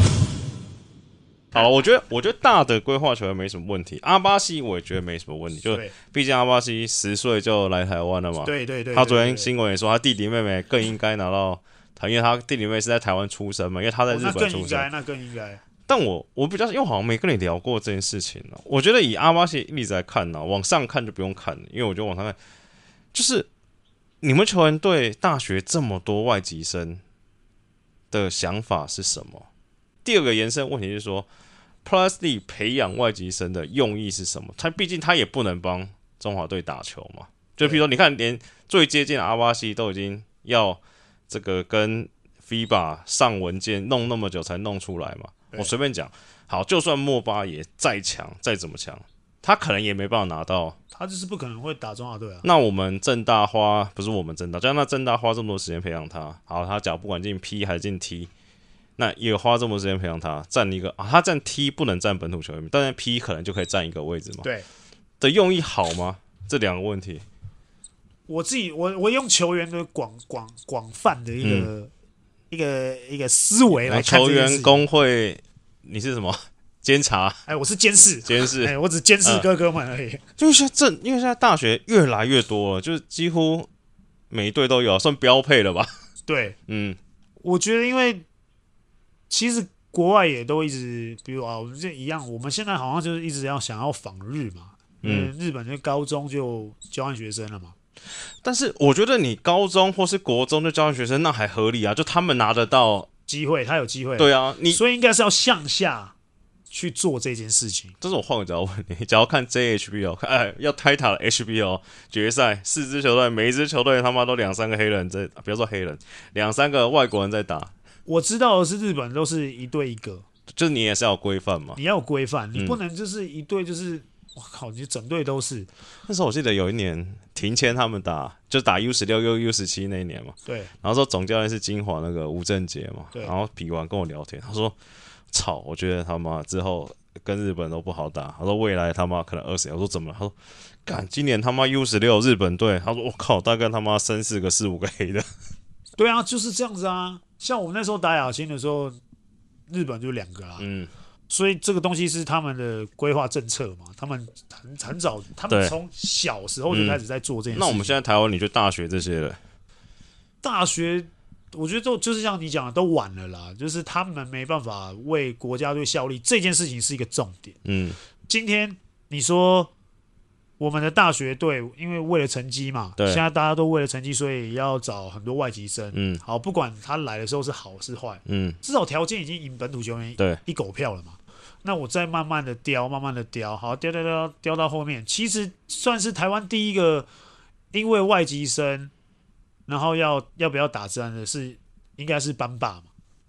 好，我觉得大的规划球员没什么问题，阿巴西我也觉得没什么问题，就毕竟阿巴西10岁就来台湾了嘛。 对， 他昨天新闻也说，他弟弟妹妹更应该拿到因为他弟弟妹妹是在台湾出生嘛，因为他在日本出生， 那更应该。 但我比较，因为我好像没跟你聊过这件事情了。我觉得以阿巴西例子来看呢，往上看就不用看了，因为我觉得往上看就是你们球员对大学这么多外籍生的想法是什么？第二个延伸问题是说 ，Plus D 培养外籍生的用意是什么？他毕竟他也不能帮中华队打球嘛。就比如说，你看，连最接近的阿巴西都已经要这个跟 FIBA 上文件弄那么久才弄出来嘛。我随便讲，好，就算莫巴也再强，再怎么强，他可能也没办法拿到。 他就是不可能会打中华队啊。 那我们政大不是我们政大，就像那政大花这么多时间培养他，好，他假如不管进 P 还是进 T， 那也花这么多时间培养他，占一个他占 T 不能占本土球员，但是 P 可能就可以占一个位置嘛。 对， 的用意好吗？这2个问题， 我用球员的广泛的一个思维来看球员工会，你是什么？监察？ 我是监视，我只监视哥哥们而已。 因为现在大学越来越多了，就是几乎每一队都有，算标配了吧？ 对，我觉得因为其实国外也都一直，比如我们这一样，我们现在好像就是一直想要仿日嘛，日本的高中就交换学生了嘛。 但是我觉得你高中或是国中就交换学生，那还合理啊，就他们拿得到机会，他有机会。 对啊， 所以应该是要向下去做这件事情。 这是我换个角度问你，假如看 JHBO， 要泰塔的 HBO 决赛，4支球队，每一支球队他妈都2-3个黑人在，不要说黑人，2-3个外国人在打。 我知道的是日本都是一队一个， 就是你也是要规范嘛， 你要有规范，你不能就是一队就是我靠，你整队都是。 那时候我记得有一年庭谦他们就打 U16 U17 那一年嘛， 对， 然后说总教练是金华那个吴正杰嘛，然后比完跟我聊天，他说操，我觉得他妈之后跟日本都不好打，他说未来他妈可能20年，我说怎么了？他说干今年他妈 U16 日本队，他说我靠，大概他妈3-4个4-5个黑的。 对啊，就是这样子啊。像我们那时候打亚青的时候，日本就2个啦。所以这个东西是他们的规划政策嘛，他们很早，他们从小时候就开始在做这件事情。 那我们现在台湾，你觉得大学这些人？ 大学，我觉得就是像你讲的，都晚了啦，就是他们没办法为国家队效力，这件事情是一个重点。今天你说我们的大学队，因为为了成绩嘛，现在大家都为了成绩，所以要找很多外籍生。好，不管他来的时候是好是坏，至少条件已经赢本土球员一狗票了嘛。那我再慢慢的雕，好，雕到后面，其实算是台湾第一个因为外籍生，然后要不要打仗的是应该是班霸嘛？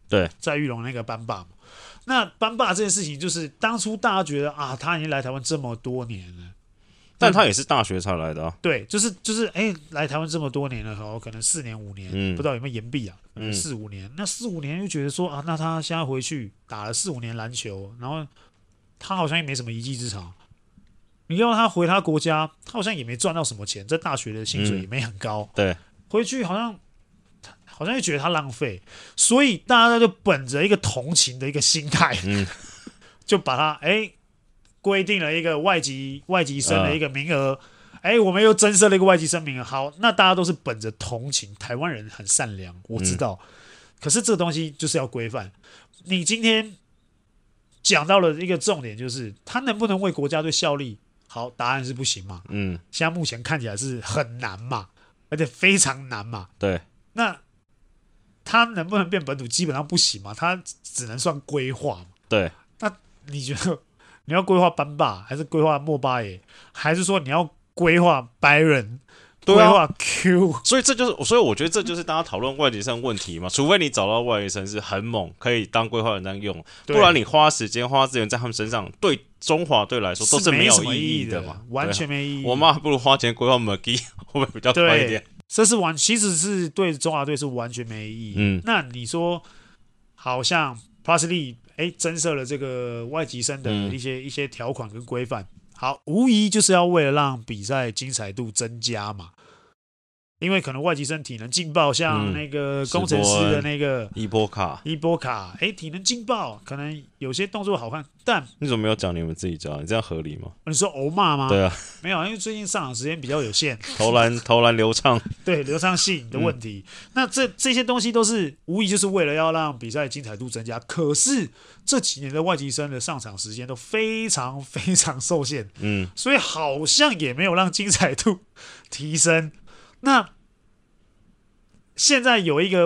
对， 在玉龙那个班霸嘛。那班霸这件事情，就是当初大家觉得啊，他已经来台湾这么多年了， 但他也是大学才来的啊。 对，来台湾这么多年了，可能4年5年，不知道有没有延毕啊？可能4、5年。那4、5年又觉得说啊，那他现在回去打了4、5年篮球，然后他好像也没什么一技之长。你要他回他国家，他好像也没赚到什么钱，在大学的薪水也没很高。 对， 回去好像又觉得他浪费，所以大家就本着一个同情的一个心态，就把他规定了一个外籍生的一个名额，我们又增设了一个外籍生名额。好，那大家都是本着同情，台湾人很善良，我知道，可是这个东西就是要规范。你今天讲到了一个重点，就是他能不能为国家队效力？好，答案是不行嘛。现在目前看起来是很难嘛，而且非常难嘛。 对， 那他能不能变本土，基本上不行嘛，他只能算规划嘛。 对， 那你觉得你要规划班霸，还是规划莫巴耶，还是说你要规划白人？规划 Q， 所以我觉得这就是大家讨论外籍生问题嘛。除非你找到外籍生是很猛，可以当规划人这样用，不然你花时间花资源在他们身上，对中华队来说都是没有意义的嘛， 完全没意义。 我妈还不如花钱规划 McGee， 会不会比较快一点？ 这是其实是对中华队是完全没意义。那你说，好像 Plus 增设了这个外籍生的一些条款跟规范。好，无疑就是要为了让比赛精彩度增加嘛，因为可能外籍生体能劲爆，像那个工程师的那个伊波卡， 体能劲爆，可能有些动作好看，但你怎么没有讲你们自己教？你这样合理吗？ 你说欧骂吗？ 对啊， 没有，因为最近上场时间比较有限， 投篮流畅， 对流畅性的问题。那这些东西都是无疑就是为了要让比赛精彩度增加。可是这几年的外籍生的上场时间都非常非常受限，所以好像也没有让精彩度提升。那现在有一个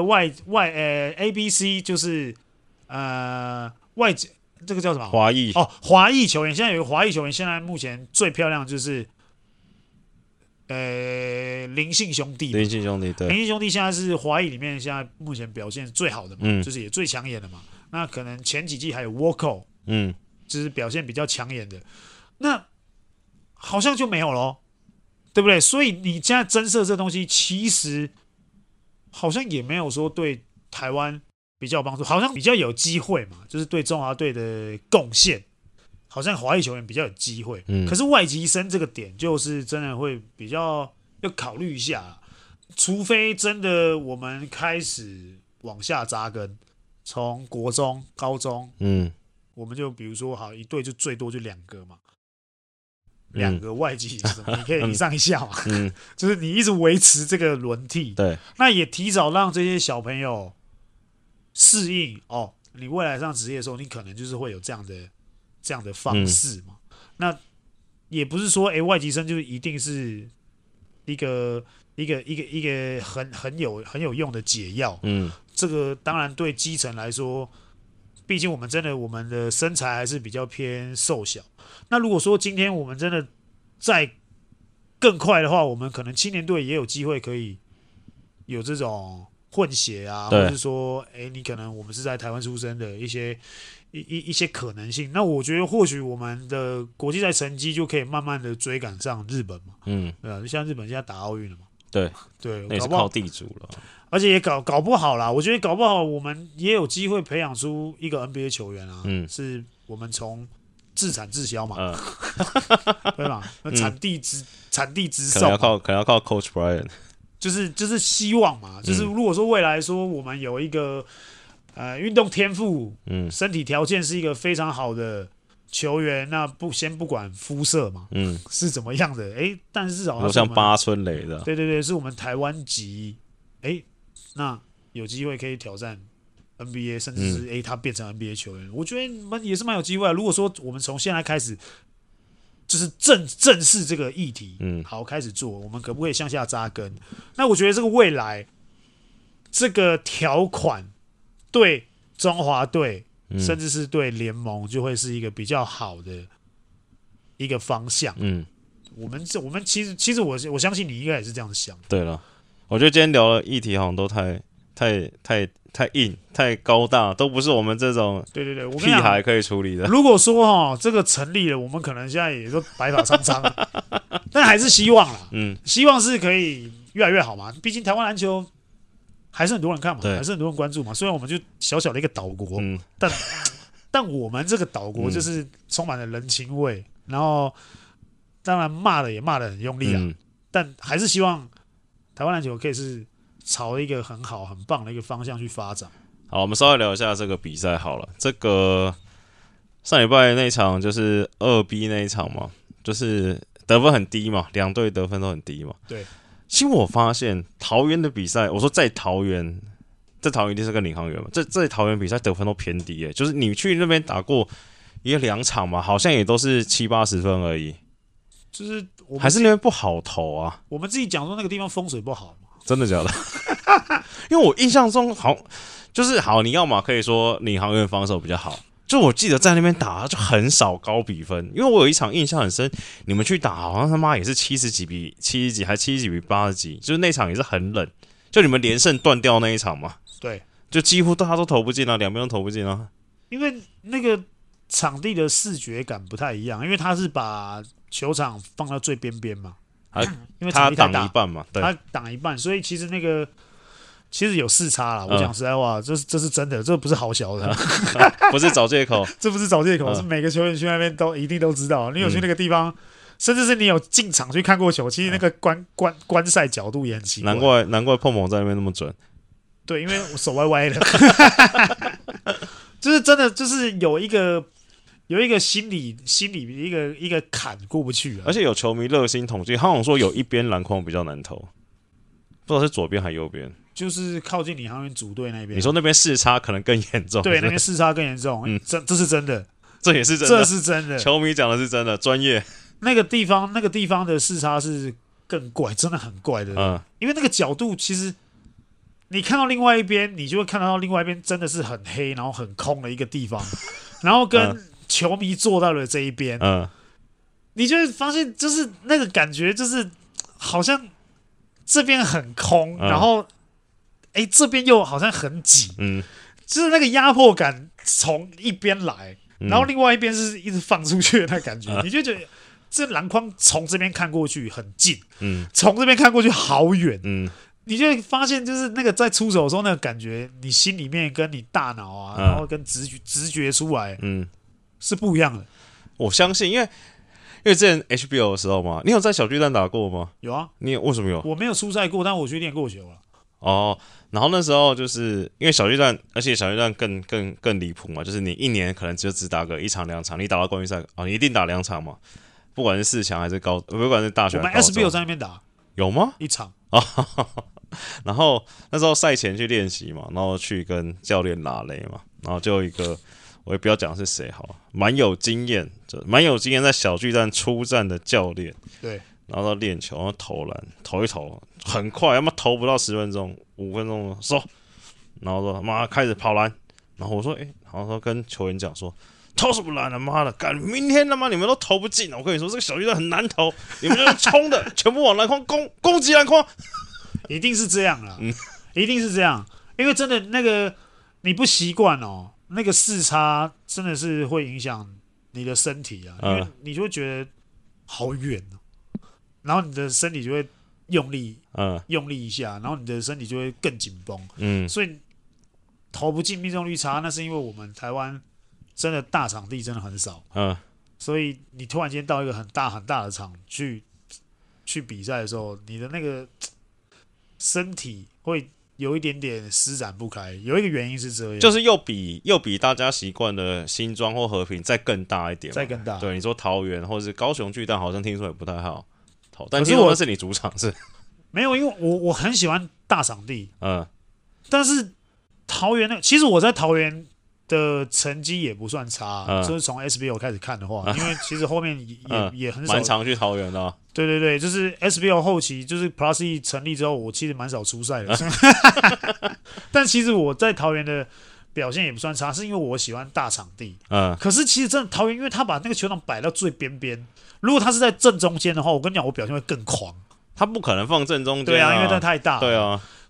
ABC， 就是外籍这个叫什么？ 华裔华裔球员。现在有一个华裔球员，现在目前最漂亮就是林姓兄弟。 林姓兄弟，对， 林姓兄弟现在是华裔里面现在目前表现最好的嘛，就是也最抢眼的嘛。那可能前几季还有 Walker， 就是表现比较抢眼的。那好像就没有咯，对不对？所以你现在增设这东西，其实好像也没有说对台湾比较有帮助，好像比较有机会嘛，就是对中华队的贡献，好像华裔球员比较有机会。可是外籍生这个点，就是真的会比较要考虑一下，除非真的我们开始往下扎根，从国中、高中，我们就比如说好一队就最多就2个嘛。2个外籍你可以一上一下嘛，就是你一直维持这个轮替， 对， 那也提早让这些小朋友适应你未来上职业的时候，你可能就是会有这样的方式嘛。那也不是说外籍生就一定是一个很有用的解药，这个当然对基层来说，毕竟我们的身材还是比较偏瘦小。那如果说今天我们真的再更快的话，我们可能青年队也有机会可以有这种混血啊，或者是说，你可能我们是在台湾出生的一些可能性。那我觉得或许我们的国际赛成绩就可以慢慢的追赶上日本嘛，对啊，像日本现在打奥运了嘛， 对，那也是靠地主了。 而且也搞不好啦，我觉得搞不好我们也有机会培养出一个 NBA 球员啊，是我们从自产自销嘛，对吧？产地直送， 可能要靠 Coach Brian， 就是希望嘛，就是如果说未来说我们有一个运动天赋，身体条件是一个非常好的球员，那先不管肤色嘛，是怎么样的，但是至少像八村垒的， 对，是我们台湾籍，那有机会可以挑战 NBA， 甚至是他变成 NBA 球员，我觉得也是蛮有机会的。如果说我们从现在开始，就是正视这个议题，好开始做，我们可不可以向下扎根？那我觉得这个未来这个条款对中华队，甚至是对联盟，就会是一个比较好的一个方向。我们其实我相信你应该也是这样想。 对了。我觉得今天聊的议题好像都太太硬、太高大，都不是我们这种对，我屁孩可以处理的。 如果说这个成立了，我们可能现在也都白发苍苍了，但还是希望啦，希望是可以越来越好嘛。毕竟台湾篮球还是很多人看嘛，还是很多人关注嘛。虽然我们就小小的一个岛国，但我们这个岛国就是充满了人情味，然后当然骂的也骂得很用力啊，但还是希望台湾篮球可以是朝一个很好、很棒的一个方向去发展。 好，我们稍微聊一下这个比赛好了。这个上礼拜那一场就是2B 那一场嘛，就是得分很低嘛，两队得分都很低嘛。 对。 其实我发现桃园的比赛，我说在桃园一定是跟领航员嘛，在桃园比赛得分都偏低耶，就是你去那边打过2场嘛，好像也都是70-80分而已。 就是还是那边不好投啊。 我们自己讲说那个地方风水不好嘛。 真的假的？因为我印象中就是你要嘛可以说领航员防守比较好，就我记得在那边打就很少高比分，因为我有一场印象很深，你们去打好像他妈也是70几比70几，还70几比80几，就是那场也是很冷，就你们连胜断掉那一场嘛。 对， 就几乎大家都投不进啊，两边都投不进啊。 因为那个场地的视觉感不太一样，因为他是把球场放到最边边嘛，因为他挡一半嘛，对， 他挡一半，所以其实那个其实有视差啦。我讲实在话，这是真的，这不是好小的， 不是找借口， 这不是找借口，是每个球员去那边都一定都知道。你有去那个地方，甚至是你有进场去看过球，其实那个观赛角度也很奇怪。 难怪碰碰在那边那么准。 对，因为我手歪歪的，就是真的就是有一个心理一个坎过不去啊。 而且有球迷热心统计，好像说有一边篮筐比较难投，不知道是左边还是右边。 就是靠近领航员主队那边。 你说那边视差可能更严重？ 对，那边视差更严重。这是真的， 这也是真的， 这是真的。 球迷讲的是真的，专业。 那个地方的视差是更怪，真的很怪的。因为那个角度其实。你看到另外一边，你就会看到另外一边真的是很黑，然后很空的一个地方，然后跟球迷坐到了这一边，你就会发现，就是那个感觉，就是好像这边很空，然后这边又好像很挤，就是那个压迫感从一边来，然后另外一边是一直放出去的那感觉，你就觉得这篮筐从这边看过去很近，从这边看过去好远，你就会发现，就是那个在出手的时候那个感觉，你心里面跟你大脑啊，然后跟直觉出来，是不一样的。 我相信，因为之前 HBO 的时候嘛，你有在小巨蛋打过吗？ 有啊。 你为什么有？ 我没有出赛过，但我去练过球了。 哦，然后那时候就是因为小巨蛋，而且小巨蛋更离谱嘛，就是你一年可能只打个1场2场，你打到冠军赛你一定打2场嘛，不管是4强还是不管是大学还是高中。 我们 SBO 在那边打， 有吗 ？1场。 然后那时候赛前去练习嘛，然后去跟教练拉雷嘛，然后就有一个我也不要讲是谁好了，蛮有经验在小巨蛋出战的教练， 对， 然后到练球，然后投篮投一投很快，要么投不到10分钟5分钟收，然后说妈开始跑篮，然后我说然后说跟球员讲说投什么篮啊妈的，干明天他妈你们都投不进了，我跟你说这个小巨蛋很难投，你们就是冲的全部往篮筐攻击篮筐。 一定是这样啦，一定是这样，因为真的那个你不习惯那个视差真的是会影响你的身体啊，因为你就会觉得好远然后你的身体就会用力一下，然后你的身体就会更紧绷，所以投不进命中率差，那是因为我们台湾真的大场地真的很少，所以你突然间到一个很大的场去比赛的时候，你的那个身体会有一点点施展不开，有一个原因是这样， 就是又比大家习惯的新庄或和平再更大一点， 再更大。 对，你说桃园或者是高雄巨蛋，好像听说也不太好投，但听说那是你主场是？ 没有，因为我很喜欢大场地，但是桃园其实我在桃园的成绩也不算差，就是从 SBL 开始看的话，因为其实后面也很少， 蛮常去桃园的。 对，就是 SBL 后期，就是 Plus E 成立之后，我其实蛮少出赛的。但其实我在桃园的表现也不算差，是因为我喜欢大场地。可是其实真的桃园，因为他把那个球场摆到最边边，如果他是在正中间的话，我跟你讲，我表现会更狂。 他不可能放正中间， 对啊，因为它太大。 对啊，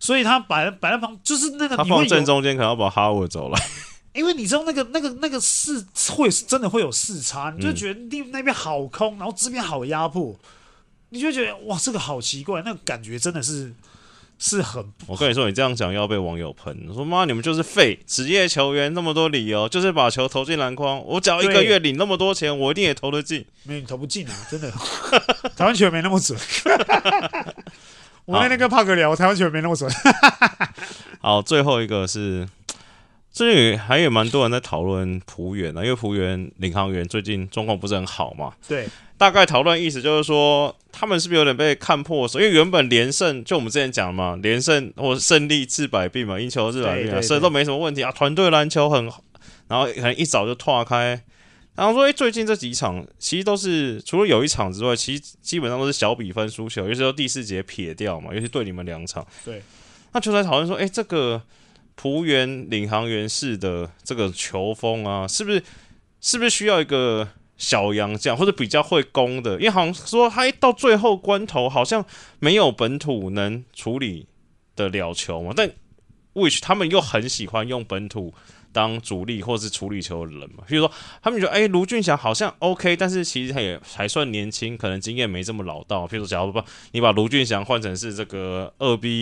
所以他摆在旁，就是那个他放正中间，可能要把哈沃走了。 因为你知道那个真的会有视差，你就觉得那边好空，然后这边好压迫，你就觉得哇，这个好奇怪，那个感觉真的是很。 我跟你说，你这样讲要被网友喷，说妈你们就是废，职业球员那么多理由，就是把球投进篮筐。我只要1个月领那么多钱，我一定也投得进。 没有你投不进啊，真的，台湾球没那么准。我那个帕格聊，台湾球没那么准。 好，最后一个是。这里还有蛮多人在讨论璞园啊，因为璞园领航员最近状况不是很好嘛。 对， 大概讨论意思就是说，他们是不是有点被看破手？因为原本连胜，就我们之前讲嘛，连胜或胜利治百病嘛，赢球治百病啊，所以都没什么问题啊。团队篮球很好，然后可能一早就拓开。然后说，最近这几场其实都是除了有一场之外，其实基本上都是小比分输球，尤其是第4节撇掉嘛，尤其对你们2场。 对， 那球赛讨论说，这个。璞园领航员式的这个球风啊，是不是需要一个小洋将或者比较会攻的？因为好像说他到最后关头好像没有本土能处理得了球嘛，但 which 他们又很喜欢用本土当主力或是处理球的人嘛。比如说他们觉得卢俊祥好像 OK， 但是其实他也还算年轻，可能经验没这么老道。比如说假如你把卢俊祥换成是这个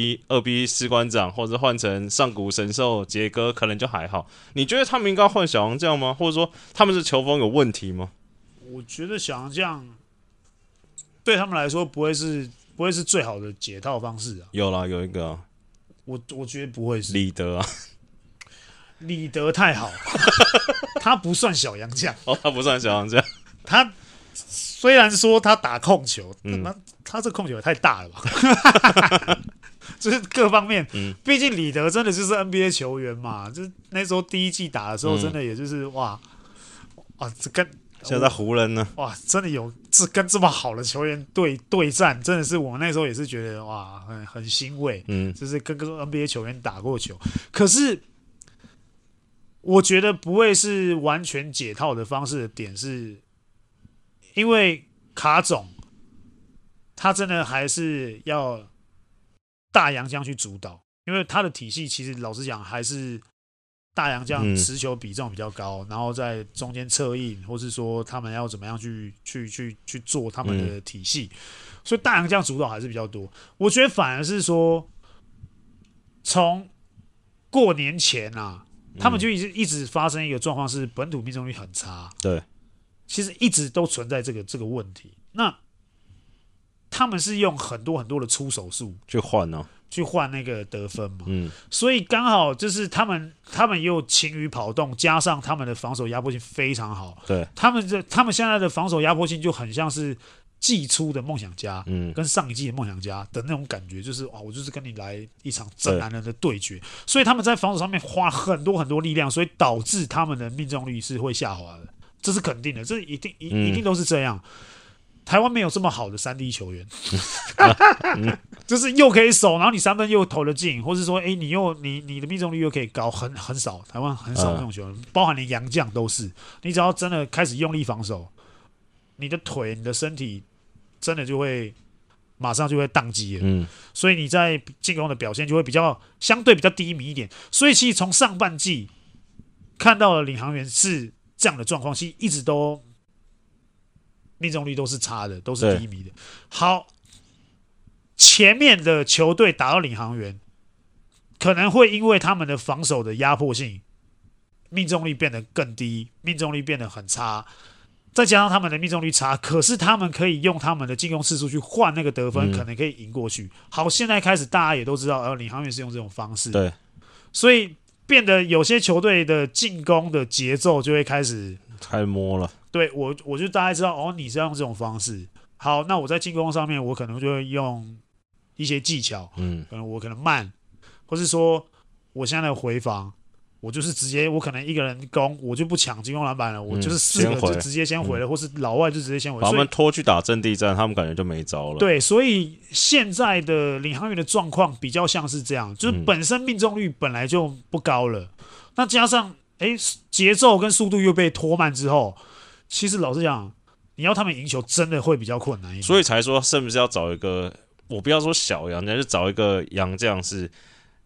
2B 士官长，或者换成上古神兽杰哥，可能就还好。你觉得他们应该换小洋将吗？或者说他们是球风有问题吗？ 我觉得小洋将对他们来说不会是最好的解套方式啊。 有啦，有一个啊， 我觉得不会是李德啊。 李德太好，他不算小洋将。 他不算小洋将。 他虽然说他打控球，他这控球也太大了吧？就是各方面，毕竟李德真的就是 NBA 球员嘛，就是那时候第1季打的时候，真的也就是哇，这跟现在湖人呢， 哇，真的有跟这么好的球员对战，真的是我们那时候也是觉得哇，很欣慰，就是跟 NBA 球员打过球，可是。我觉得不会是完全解套的方式的点是，因为卡总他真的还是要大洋将去主导，因为他的体系其实老实讲还是大洋将持球比重比较高，然后在中间策应，或是说他们要怎么样去做他们的体系，所以大洋将主导还是比较多。我觉得反而是说，从过年前啊。他们就一直发生一个状况，是本土命中率很差。 对， 其实一直都存在这个问题。那他们是用很多的出手数去换那个得分嘛。所以刚好就是他们又勤于跑动，加上他们的防守压迫性非常好。 对， 他们现在的防守压迫性就很像是季初的梦想家，跟上一季的梦想家的那种感觉，就是我就是跟你来一场真男人的对决，所以他们在防守上面花很多力量，所以导致他们的命中率是会下滑的，这是肯定的，这一定都是这样。台湾没有这么好的3D 球员，就是又可以守，然后你3分又投得进，或是说，你的命中率又可以高，很少，台湾很少这种球员，包含连洋将都是。你只要真的开始用力防守，你的腿、你的身体。真的就会马上就会宕机了，所以你在进攻的表现就会相对比较低迷一点。所以其实从上半季看到了领航员是这样的状况，其实一直都命中率都是差的，都是低迷的。好，前面的球队打到领航员，可能会因为他们的防守的压迫性，命中率变得更低，命中率变得很差。再加上他们的命中率差，可是他们可以用他们的进攻次数去换那个得分，可能可以赢过去。好，现在开始大家也都知道，领航员是用这种方式， 对， 所以变得有些球队的进攻的节奏就会开始摸了。 对，我就大概知道，你是要用这种方式。好，那我在进攻上面，我可能就会用一些技巧，可能慢，或是说我现在的回防。我就是直接，我可能一个人攻，我就不抢进攻篮板了，我就是4个就直接先回了，或是老外就直接先回， 把他们拖去打阵地战，他们感觉就没招了。 对，所以现在的领航员的状况比较像是这样，就是本身命中率本来就不高了，那加上节奏跟速度又被拖慢之后，其实老实讲，你要他们赢球真的会比较困难一点。 所以才说是不是要找一个，我不要说小洋将，就找一个洋将是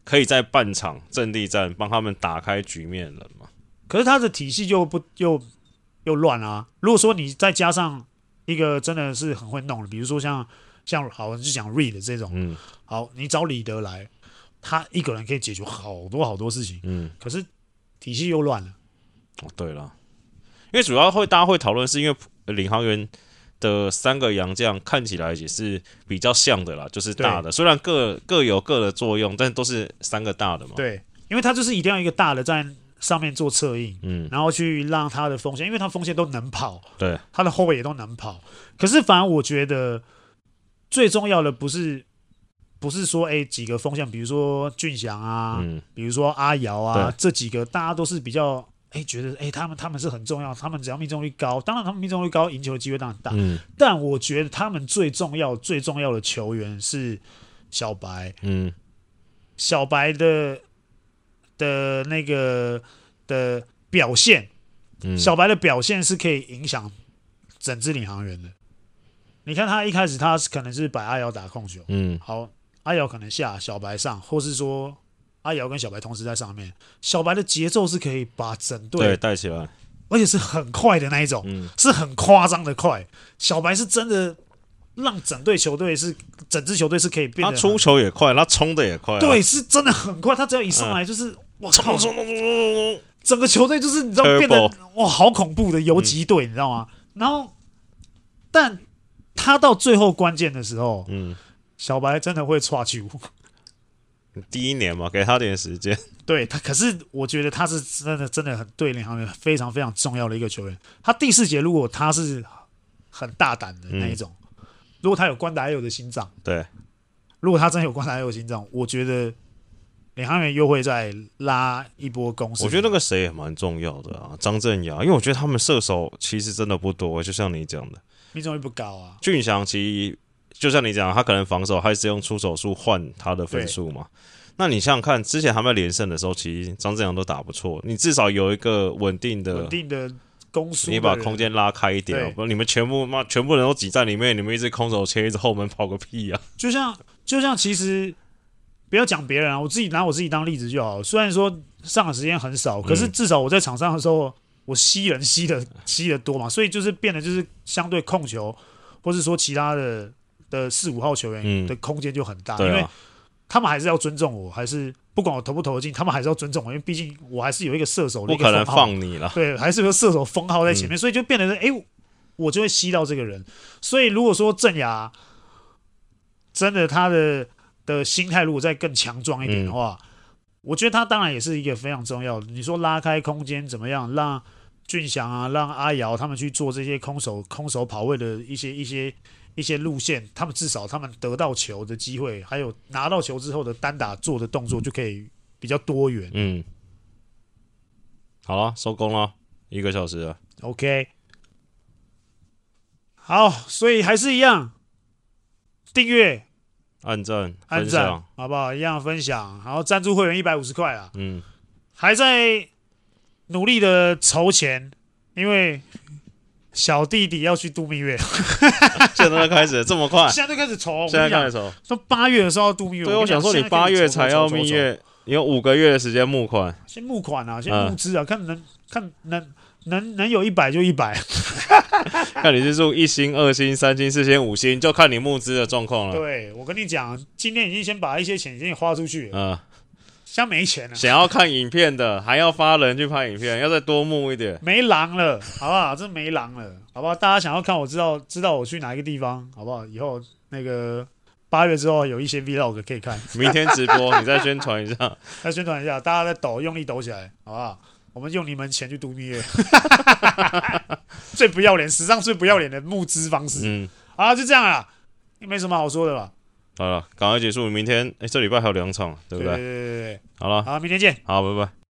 可以在半场阵地战帮他们打开局面的人嘛。 可是他的体系又乱啊。如果说你再加上一个真的是很会弄的，比如说像好，我就讲 Reed 这种，好，你找李德来，他一个人可以解决好多事情，可是体系又乱了。 哦，对了，因为主要大家会讨论，是因为领航员的3个洋将看起来也是比较像的啦，就是大的，虽然各有各的作用，但都是3个大的嘛。 对，因为他就是一定要一个大的在上面做策应，然后去让他的锋线，因为他锋线都能跑， 对， 他的后卫也都能跑。可是反而我觉得最重要的不是说几个锋线，比如说俊祥啊，比如说阿瑶啊，这几个大家都是比较觉得他们是很重要，他们只要命中率高，当然他们命中率高，赢球的机会当然大，但我觉得他们最重要的球员是小白，小白的那个的表现，小白的表现是可以影响整支领航员的。你看他一开始他可能是摆阿瑶打控球，好，阿瑶可能下，小白上，或是说阿瑶跟小白同时在上面，小白的节奏是可以把整队带起来， 而且是很快的那一种，是很夸张的快。小白是真的让整支球队是可以变得， 他出球也快，他冲的也快， 对，是真的很快。他只要一上来就是我靠，整个球队就是你知道变得哇好恐怖的游击队，你知道吗？然后，但他到最后关键的时候，小白真的会岔球。 第一年嘛，给他点时间。 对他，可是我觉得他是真的很对领航员非常非常重要的一个球员。他第4节如果他是很大胆的那一种，如果他有关达佑的心脏， 对， 如果他真的有关达佑的心脏，我觉得领航员又会再拉一波攻势。 我觉得那个谁也蛮重要的啊，张镇雅，因为我觉得他们射手其实真的不多，就像你讲的， 命中率不高啊。 俊祥其实就像你讲，他可能防守还是用出手数换他的分数嘛。那你想想看，之前他们连胜的时候，其实张镇阳都打不错，你至少有一个稳定的攻速， 你把空间拉开一点，不然你们全部人都挤在里面，你们一直空手切，一直后门跑个屁啊！就像其实不要讲别人啊，我自己拿我自己当例子就好。虽然说上的时间很少，可是至少我在场上的时候，我吸人吸的多嘛，所以就是变得就是相对控球，或是说其他的4、5号球员的空间就很大，因为他们还是要尊重我，还是不管我投不投得进，他们还是要尊重我，因为毕竟我还是有一个射手的一个封号， 不可能放你了。 对，还是有个射手封号在前面，所以就变得我就会吸到这个人。所以如果说郑雅真的他的心态如果再更强壮一点的话，我觉得他当然也是一个非常重要的。你说拉开空间怎么样，让俊祥啊，让阿瑶他们去做这些空手跑位的一些路线，他们至少他们得到球的机会，还有拿到球之后的单打做的动作就可以比较多元。 好了，收工了，1个小时了。 OK， 好，所以还是一样，订阅、 按赞，分享， 好不好？一样分享，然后赞助会员150块啊。还在努力的筹钱，因为小弟弟要去度蜜月， 现在开始这么快？ 现在就开始筹， 现在开始筹。 说8月的时候要度蜜月， 对，我想说你8月才要蜜月，你有5个月的时间募款。 先募款啊，先募资啊，看能有100就100。 看你是住1星、2星、3星、4星、5星，就看你募资的状况了。 对，我跟你讲，今天已经先把一些钱已经花出去了。现在没钱了， 想要看影片的还要发人去拍影片，要再多募一点。 没狼了，好不好？真没狼了，好不好？大家想要看我知道我去哪一个地方，好不好？以后那个8月之后有一些 vlog 可以看。 明天直播，你再宣传一下， 大家再抖，用力抖起来，好不好？我们用你们钱去度蜜月，最不要脸，史上最不要脸的募资方式。好，就这样啦，没什么好说的了。 好了，赶快结束，明天这礼拜还有2场，对不对？ 对。 好了， 好，明天见。 好，拜拜。